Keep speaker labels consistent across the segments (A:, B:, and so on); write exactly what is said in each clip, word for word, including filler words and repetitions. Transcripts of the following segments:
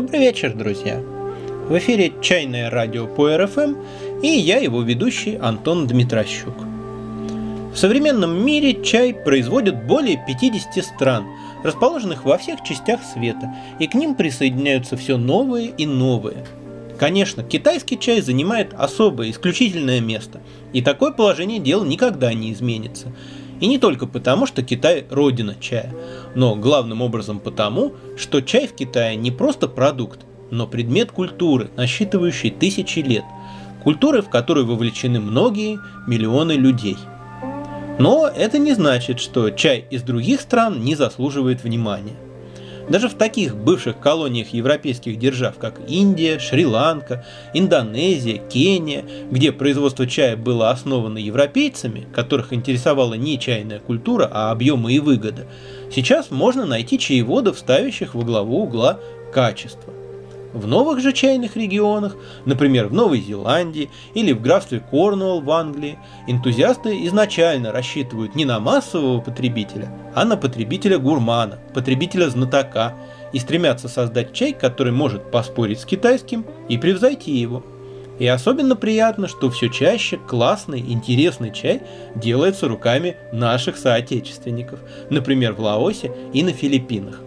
A: Добрый вечер, друзья! В эфире «Чайное радио» по эр эф эм, и я, его ведущий, Антон Дмитрощук. В современном мире чай производят более пятидесяти стран, расположенных во всех частях света, и к ним присоединяются все новые и новые. Конечно, китайский чай занимает особое, исключительное место, и такое положение дел никогда не изменится. И не только потому, что Китай – родина чая, но главным образом потому, что чай в Китае не просто продукт, но предмет культуры, насчитывающий тысячи лет, культуры, в которую вовлечены многие миллионы людей. Но это не значит, что чай из других стран не заслуживает внимания. Даже в таких бывших колониях европейских держав, как Индия, Шри-Ланка, Индонезия, Кения, где производство чая было основано европейцами, которых интересовала не чайная культура, а объемы и выгода, сейчас можно найти чаеводов, ставящих во главу угла качество. В новых же чайных регионах, например, в Новой Зеландии или в графстве Корнуолл в Англии, энтузиасты изначально рассчитывают не на массового потребителя, а на потребителя-гурмана, потребителя-знатока, и стремятся создать чай, который может поспорить с китайским и превзойти его. И особенно приятно, что все чаще классный, интересный чай делается руками наших соотечественников, например, в Лаосе и на Филиппинах.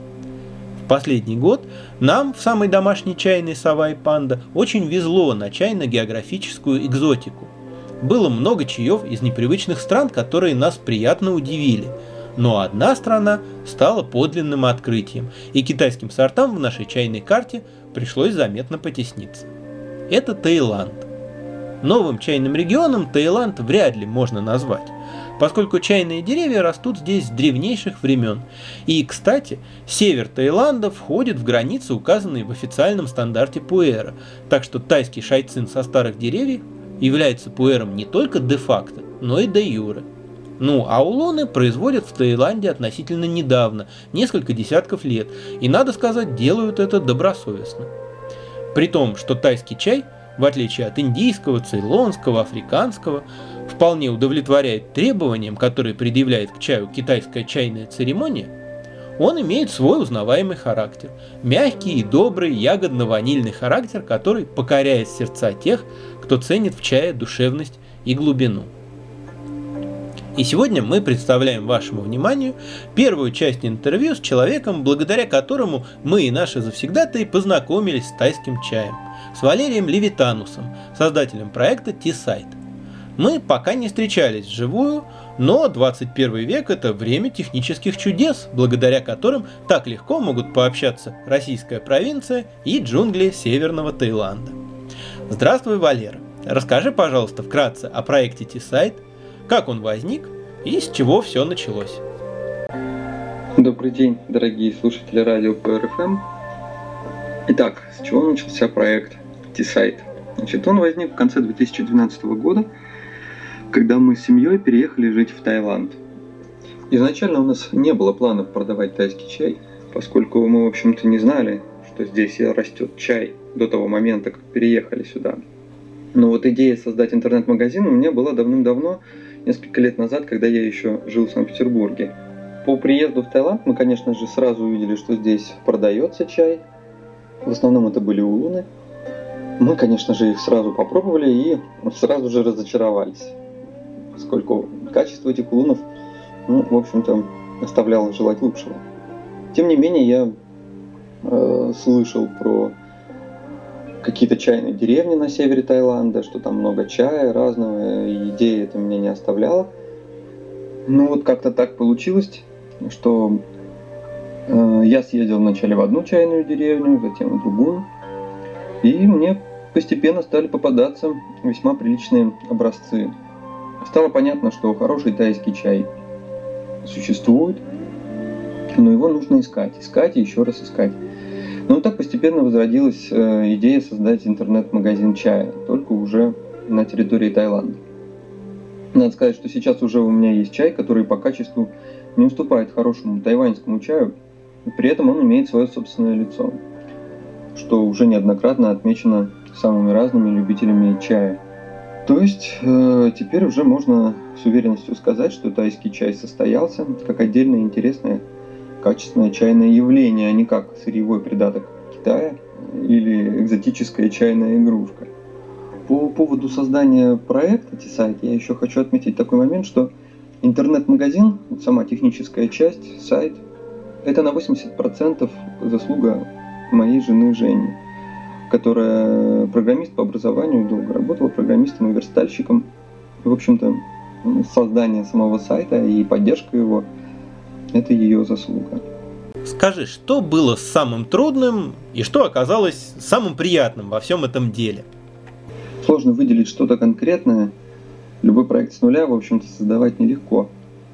A: В последний год нам в самой домашней чайной «Сова и Панда» очень везло на чайно-географическую экзотику. Было много чаев из непривычных стран, которые нас приятно удивили. Но одна страна стала подлинным открытием, и китайским сортам в нашей чайной карте пришлось заметно потесниться. Это Таиланд. Новым чайным регионом Таиланд вряд ли можно назвать, поскольку чайные деревья растут здесь с древнейших времен. И, кстати, север Таиланда входит в границы, указанные в официальном стандарте пуэра, так что тайский шайцин со старых деревьев является пуэром не только де-факто, но и де-юре. Ну, а улуны производят в Таиланде относительно недавно, несколько десятков лет, и, надо сказать, делают это добросовестно. При том, что тайский чай, в отличие от индийского, цейлонского, африканского, вполне удовлетворяет требованиям, которые предъявляет к чаю китайская чайная церемония, он имеет свой узнаваемый характер. Мягкий и добрый ягодно-ванильный характер, который покоряет сердца тех, кто ценит в чае душевность и глубину. И сегодня мы представляем вашему вниманию первую часть интервью с человеком, благодаря которому мы и наши завсегдатаи познакомились с тайским чаем, с Валерием Левитанусом, создателем проекта Teaside. Мы пока не встречались вживую, но двадцать первый век – это время технических чудес, благодаря которым так легко могут пообщаться российская провинция и джунгли северного Таиланда. Здравствуй, Валера. Расскажи, пожалуйста, вкратце о проекте Teaside, как он возник и с чего все началось.
B: Добрый день, дорогие слушатели радио по эр эф эм. Итак, с чего начался проект Teaside? Значит, он возник в конце две тысячи двенадцатого года, когда мы с семьей переехали жить в Таиланд. Изначально у нас не было планов продавать тайский чай, поскольку мы, в общем-то, не знали, что здесь растет чай до того момента, как переехали сюда. Но вот идея создать интернет-магазин у меня была давным-давно, несколько лет назад, когда я еще жил в Санкт-Петербурге. По приезду в Таиланд мы, конечно же, сразу увидели, что здесь продается чай. В основном это были улуны. Мы, конечно же, их сразу попробовали и сразу же разочаровались, поскольку качество этих улунов, ну, в общем-то, оставляло желать лучшего. Тем не менее, я э, слышал про какие-то чайные деревни на севере Таиланда, что там много чая разного, и идея это меня не оставляла. Ну вот как-то так получилось, что э, я съездил вначале в одну чайную деревню, затем в другую, и мне постепенно стали попадаться весьма приличные образцы. Стало понятно, что хороший тайский чай существует, но его нужно искать, искать и еще раз искать. Ну, так постепенно возродилась э, идея создать интернет-магазин чая, только уже на территории Таиланда. Надо сказать, что сейчас уже у меня есть чай, который по качеству не уступает хорошему тайваньскому чаю, и при этом он имеет свое собственное лицо, что уже неоднократно отмечено самыми разными любителями чая. То есть э, теперь уже можно с уверенностью сказать, что тайский чай состоялся как отдельное интересное качественное чайное явление, а не как сырьевой придаток Китая или экзотическая чайная игрушка. По поводу создания проекта T-Site я еще хочу отметить такой момент, что интернет-магазин, сама техническая часть, сайт, это на восемьдесят процентов заслуга моей жены Жени, которая программист по образованию, долго работала программистом и верстальщиком. В общем-то, создание самого сайта и поддержка его – это ее заслуга.
A: Скажи, что было самым трудным и что оказалось самым приятным во всем этом деле?
B: Сложно выделить что-то конкретное. Любой проект с нуля, в общем-то, создавать нелегко.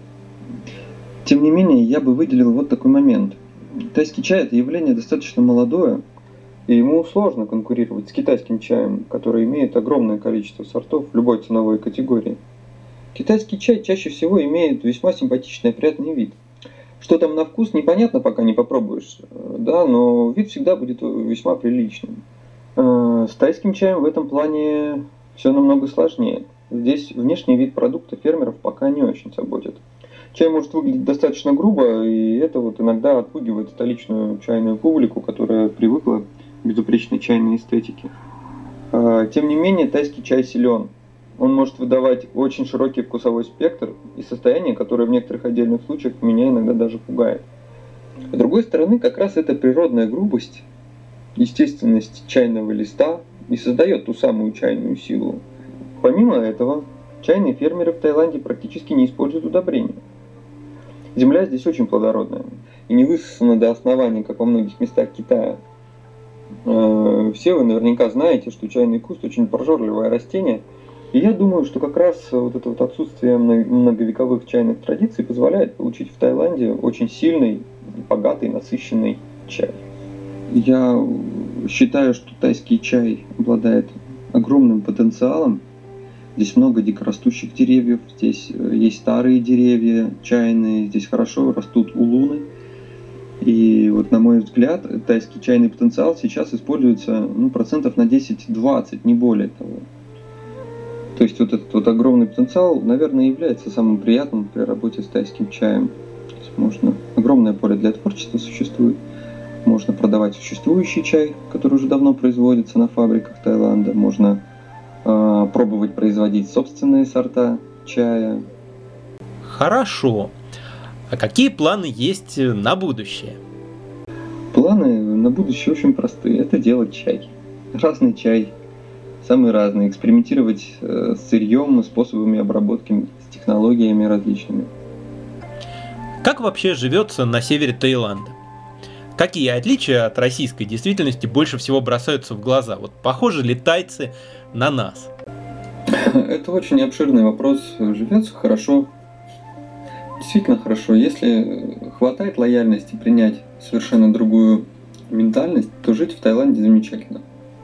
B: Тем не менее, я бы выделил вот такой момент. Тайский чай – это явление достаточно молодое, и ему сложно конкурировать с китайским чаем, который имеет огромное количество сортов в любой ценовой категории. Китайский чай чаще всего имеет весьма симпатичный и опрятный вид. Что там на вкус, непонятно, пока не попробуешь, да, но вид всегда будет весьма приличным. С тайским чаем в этом плане все намного сложнее. Здесь внешний вид продукта фермеров пока не очень заботит. Чай может выглядеть достаточно грубо, и это вот иногда отпугивает столичную чайную публику, которая привыкла к безупречной чайной эстетике. Тем не менее, тайский чай силен. Он может выдавать очень широкий вкусовой спектр и состояние, которое в некоторых отдельных случаях меня иногда даже пугает. С другой стороны, как раз эта природная грубость, естественность чайного листа и создает ту самую чайную силу. Помимо этого, чайные фермеры в Таиланде практически не используют удобрения. Земля здесь очень плодородная и не высосана до основания, как во многих местах Китая. Все вы наверняка знаете, что чайный куст очень прожорливое растение, и я думаю, что как раз вот это вот отсутствие многовековых чайных традиций позволяет получить в Таиланде очень сильный, богатый, насыщенный чай. Я считаю, что тайский чай обладает огромным потенциалом. Здесь много дикорастущих деревьев, здесь есть старые деревья чайные, здесь хорошо растут улуны. И вот на мой взгляд, тайский чайный потенциал сейчас используется ну, процентов на десять-двадцать, не более того. То есть вот этот вот огромный потенциал, наверное, является самым приятным при работе с тайским чаем. То есть можно, огромное поле для творчества существует. Можно продавать существующий чай, который уже давно производится на фабриках Таиланда. Можно э, пробовать производить собственные сорта чая.
A: Хорошо. А какие планы есть на будущее?
B: Планы на будущее очень простые. Это делать чай. Разный чай. Самый разный. Экспериментировать э, с сырьем, способами обработки, с технологиями различными.
A: Как вообще живется на севере Таиланда? Какие отличия от российской действительности больше всего бросаются в глаза? Вот похожи ли тайцы на нас?
B: Это очень обширный вопрос. Живется хорошо. Действительно хорошо. Если хватает лояльности принять совершенно другую ментальность, то жить в Таиланде замечательно.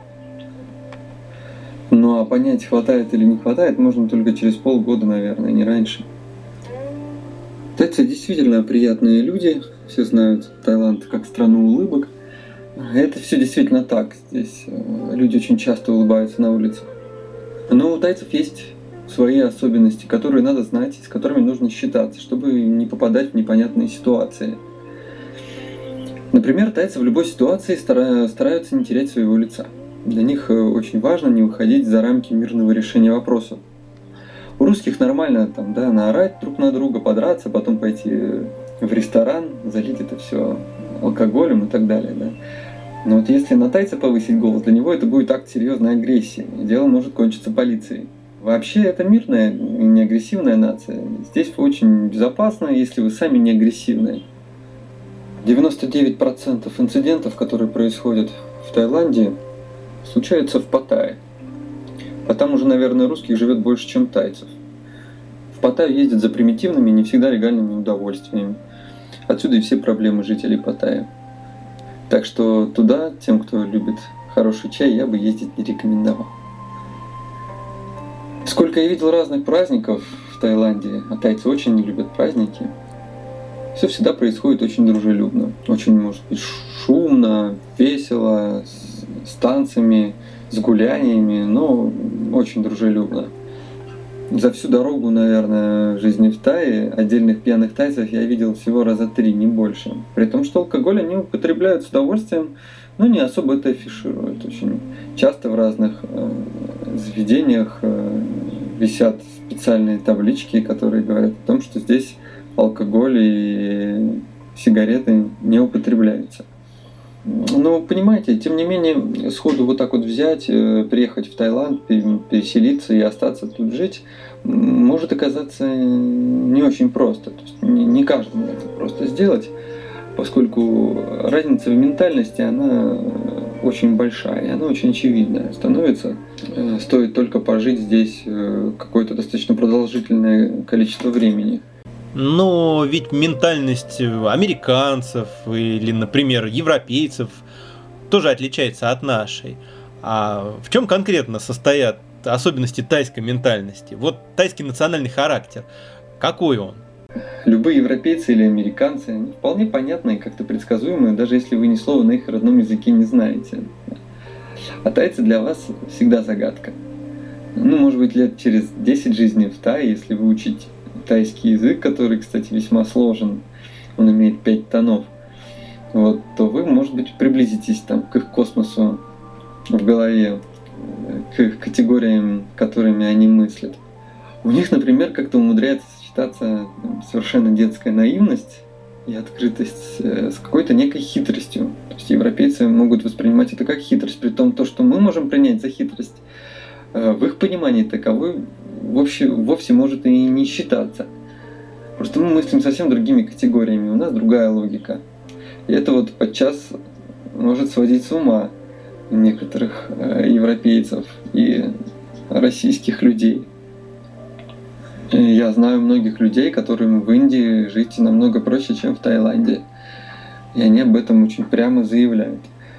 B: Ну а понять, хватает или не хватает, можно только через полгода, наверное, не раньше. Тайцы действительно приятные люди. Все знают Таиланд как страну улыбок. Это все действительно так. Здесь люди очень часто улыбаются на улицах. Но у тайцев есть свои особенности, которые надо знать, с которыми нужно считаться, чтобы не попадать в непонятные ситуации. Например, тайцы в любой ситуации стараются не терять своего лица. Для них очень важно не выходить за рамки мирного решения вопроса. У русских нормально там, да, наорать друг на друга, подраться, потом пойти в ресторан, залить это все алкоголем и так далее. Да. Но вот если на тайца повысить голос, для него это будет акт серьезной агрессии, и дело может кончиться полицией. Вообще это мирная и не агрессивная нация. Здесь очень безопасно, если вы сами не агрессивные. девяносто девять процентов инцидентов, которые происходят в Таиланде, случаются в Паттайе. А там уже, наверное, русских живет больше, чем тайцев. В Паттайю ездят за примитивными, не всегда легальными удовольствиями. Отсюда и все проблемы жителей Паттайи. Так что туда, тем, кто любит хороший чай, я бы ездить не рекомендовал. Сколько я видел разных праздников в Таиланде, а тайцы очень не любят праздники, все всегда происходит очень дружелюбно. Очень, может быть, шумно, весело, с, с танцами, с гуляниями, но очень дружелюбно. За всю дорогу, наверное, жизни в Тае отдельных пьяных тайцев я видел всего раза три, не больше. При том, что алкоголь они употребляют с удовольствием, но не особо это афишируют. Очень часто в разных э, заведениях э, висят специальные таблички, которые говорят о том, что здесь алкоголь и сигареты не употребляются. Но, понимаете, тем не менее, сходу вот так вот взять, приехать в Таиланд, переселиться и остаться тут жить, может оказаться не очень просто. То есть не каждому это просто сделать, поскольку разница в ментальности, она очень большая, и она очень очевидная становится. Стоит только пожить здесь какое-то достаточно продолжительное количество времени.
A: Но ведь ментальность американцев или, например, европейцев тоже отличается от нашей. А в чем конкретно состоят особенности тайской ментальности? Вот тайский национальный характер, какой он?
B: Любые европейцы или американцы, они вполне понятные, как-то предсказуемые, даже если вы ни слова на их родном языке не знаете. А тайцы для вас всегда загадка. Ну, может быть, лет через десять жизни в Тае, если вы учите тайский язык, который, кстати, весьма сложен, он имеет пять тонов, вот, то вы, может быть, приблизитесь там, к их космосу в голове, к их категориям, которыми они мыслят. У них, например, как-то умудряется сочетаться там, совершенно детская наивность и открытость с какой-то некой хитростью. То есть европейцы могут воспринимать это как хитрость, при том, то, что мы можем принять за хитрость, в их понимании таковой вовсе, вовсе может и не считаться. Просто мы мыслим совсем другими категориями, у нас другая логика. И это вот подчас может сводить с ума некоторых европейцев и российских людей. И я знаю многих людей, которым в Индии жить намного проще, чем в Таиланде. И они об этом очень прямо заявляют.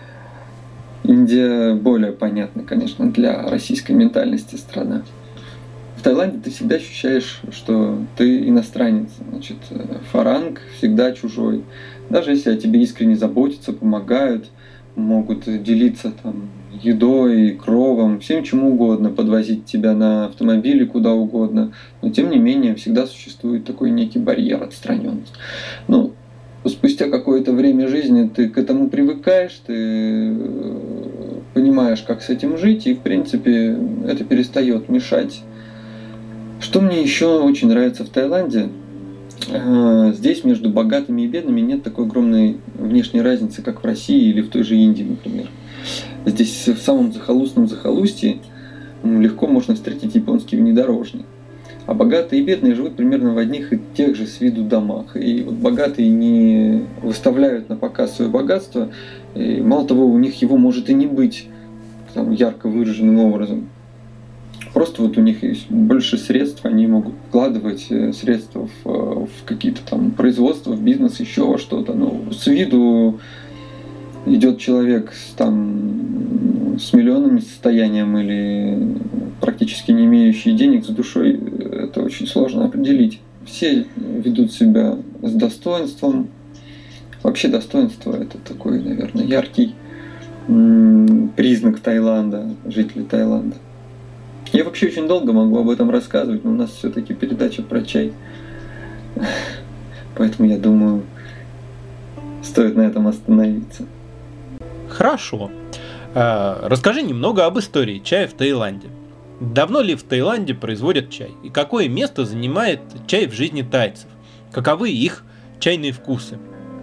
B: Индия более понятна, конечно, для российской ментальности страна. В Таиланде ты всегда ощущаешь, что ты иностранец. Значит, фаранг всегда чужой. Даже если о тебе искренне заботятся, помогают, могут делиться там, едой, кровом, всем чем угодно, подвозить тебя на автомобиле куда угодно. Но тем не менее всегда существует такой некий барьер, отстраненность. Ну, спустя какое-то время жизни ты к этому привыкаешь, ты понимаешь, как с этим жить, и в принципе это перестает мешать. Что мне еще очень нравится в Таиланде, здесь между богатыми и бедными нет такой огромной внешней разницы, как в России или в той же Индии, например. Здесь в самом захолустном захолустье легко можно встретить японский внедорожник. А богатые и бедные живут примерно в одних и тех же с виду домах. И вот богатые не выставляют на показ свое богатство. И мало того, у них его может и не быть там, ярко выраженным образом. Просто вот у них есть больше средств, они могут вкладывать средства в, в какие-то там производства, в бизнес, еще во что-то. Но с виду идет человек с, там, с миллионным состоянием или практически не имеющий денег с душой, это очень сложно определить. Все ведут себя с достоинством. Вообще достоинство — это такой, наверное, яркий признак Таиланда, жителей Таиланда. Я вообще очень долго могу об этом рассказывать, но у нас все-таки передача про чай. Поэтому я думаю, стоит на этом остановиться.
A: Хорошо. Расскажи немного об истории чая в Таиланде. Давно ли в Таиланде производят чай? И какое место занимает чай в жизни тайцев? Каковы их чайные вкусы?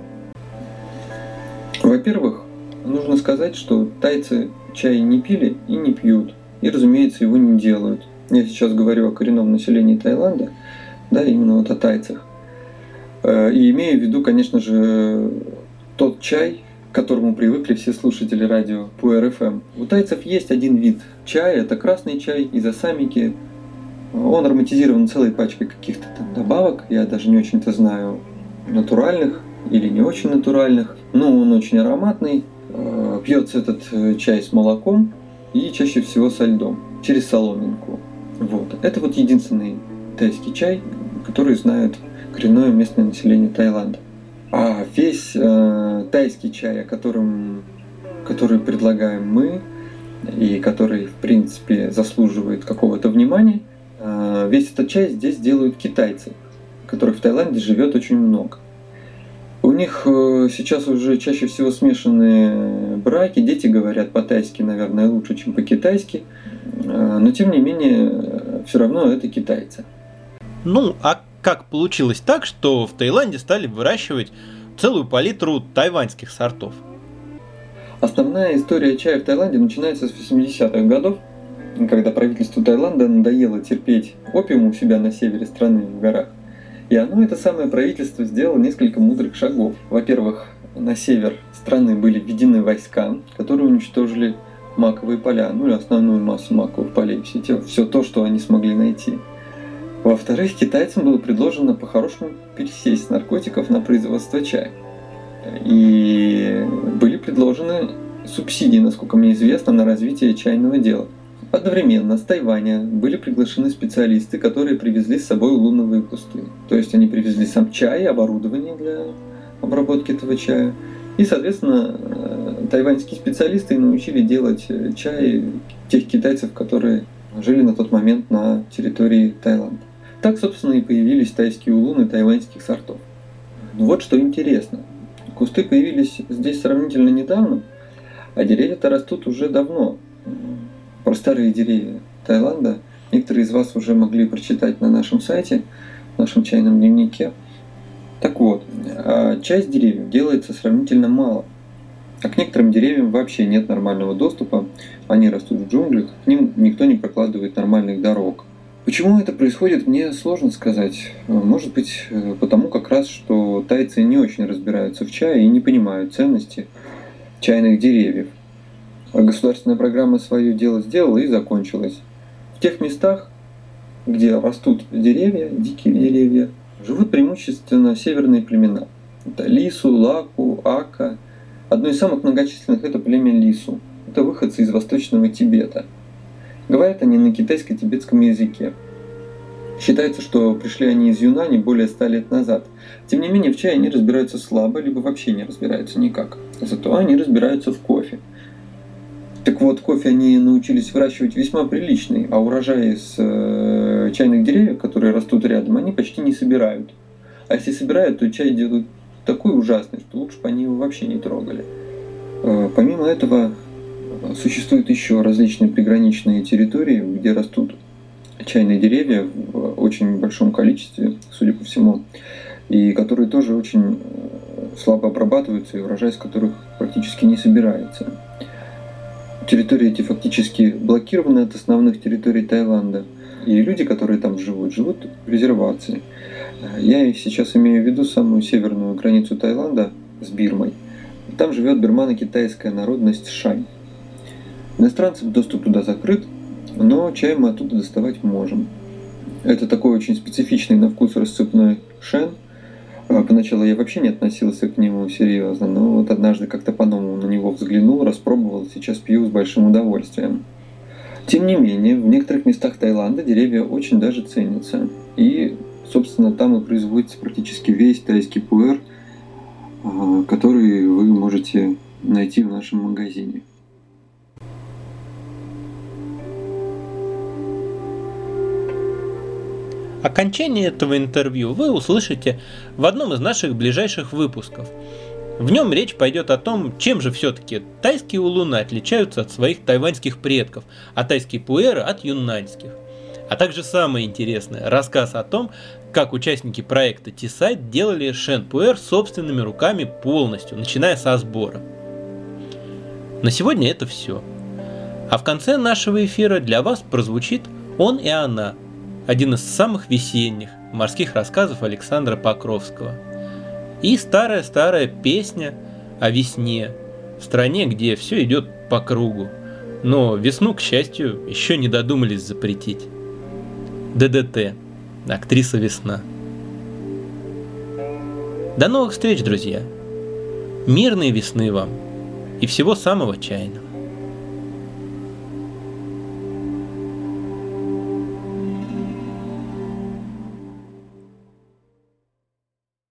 B: Во-первых, нужно сказать, что тайцы чай не пили и не пьют. И, разумеется, его не делают. Я сейчас говорю о коренном населении Таиланда, да, именно вот о тайцах. И имею в виду, конечно же, тот чай, к которому привыкли все слушатели радио Пуэр эф эм. У тайцев есть один вид чая, это красный чай из асамики. Он ароматизирован целой пачкой каких-то там добавок, я даже не очень-то знаю, натуральных или не очень натуральных. Но он очень ароматный. Пьется этот чай с молоком и чаще всего со льдом, через соломинку. Вот. Это вот единственный тайский чай, который знает коренное местное население Таиланда. А весь э, тайский чай, о котором, который предлагаем мы, и который, в принципе, заслуживает какого-то внимания, э, весь этот чай здесь делают китайцы, которых в Таиланде живет очень много. У них сейчас уже чаще всего смешанные браки, дети говорят по-тайски, наверное, лучше, чем по-китайски, но тем не менее, все равно это китайцы.
A: Ну, а как получилось так, что в Таиланде стали выращивать целую палитру тайваньских сортов?
B: Основная история чая в Таиланде начинается с восьмидесятых годов, когда правительству Таиланда надоело терпеть опиум у себя на севере страны в горах. И оно, это самое правительство, сделало несколько мудрых шагов. Во-первых, на север страны были введены войска, которые уничтожили маковые поля, ну или основную массу маковых полей, все, те, все то, что они смогли найти. Во-вторых, китайцам было предложено по-хорошему пересесть с наркотиков на производство чая. И были предложены субсидии, насколько мне известно, на развитие чайного дела. Одновременно с Тайваня были приглашены специалисты, которые привезли с собой улуновые кусты. То есть они привезли сам чай, оборудование для обработки этого чая. И, соответственно, тайваньские специалисты научили делать чай тех китайцев, которые жили на тот момент на территории Таиланда. Так, собственно, и появились тайские улуны тайваньских сортов. Но вот что интересно. Кусты появились здесь сравнительно недавно, а деревья-то растут уже давно. Про старые деревья Таиланда некоторые из вас уже могли прочитать на нашем сайте, в нашем чайном дневнике. Так вот, часть деревьев делается сравнительно мало, а к некоторым деревьям вообще нет нормального доступа, они растут в джунглях, к ним никто не прокладывает нормальных дорог. Почему это происходит, мне сложно сказать. Может быть, потому как раз, что тайцы не очень разбираются в чае и не понимают ценности чайных деревьев. А государственная программа свое дело сделала и закончилась. В тех местах, где растут деревья, дикие деревья, живут преимущественно северные племена. Это Лису, Лаку, Ака. Одно из самых многочисленных – это племя Лису. Это выходцы из Восточного Тибета. Говорят они на китайско-тибетском языке. Считается, что пришли они из Юнани более ста лет назад. Тем не менее, в чае они разбираются слабо, либо вообще не разбираются никак. Зато они разбираются в кофе. Так вот, кофе они научились выращивать весьма приличный, а урожаи с э, чайных деревьев, которые растут рядом, они почти не собирают. А если собирают, то чай делают такой ужасный, что лучше бы они его вообще не трогали. Э, помимо этого, существуют еще различные приграничные территории, где растут чайные деревья в очень большом количестве, судя по всему, и которые тоже очень слабо обрабатываются, и урожай с которых практически не собирается. Территории эти фактически блокированы от основных территорий Таиланда. И люди, которые там живут, живут в резервации. Я сейчас имею в виду самую северную границу Таиланда с Бирмой. Там живет бирмано-китайская народность Шань. Иностранцам доступ туда закрыт, но чай мы оттуда доставать можем. Это такой очень специфичный на вкус рассыпной шен. Поначалу я вообще не относился к нему серьезно, но вот однажды как-то по-новому на него взглянул, распробовал, сейчас пью с большим удовольствием. Тем не менее, в некоторых местах Таиланда деревья очень даже ценятся. И, собственно, там и производится практически весь тайский пуэр, который вы можете найти в нашем магазине.
A: Окончание этого интервью вы услышите в одном из наших ближайших выпусков. В нем речь пойдет о том, чем же все-таки тайские улуны отличаются от своих тайваньских предков, а тайские пуэры от юннаньских. А также самое интересное – рассказ о том, как участники проекта T-Site делали шен-пуэр собственными руками полностью, начиная со сбора. На сегодня это все. А в конце нашего эфира для вас прозвучит «Он и она», один из самых весенних морских рассказов Александра Покровского. И старая-старая песня о весне, в стране, где все идет по кругу, но весну, к счастью, еще не додумались запретить. ДДТ. Актриса «Весна». До новых встреч, друзья! Мирной весны вам и всего самого чайного!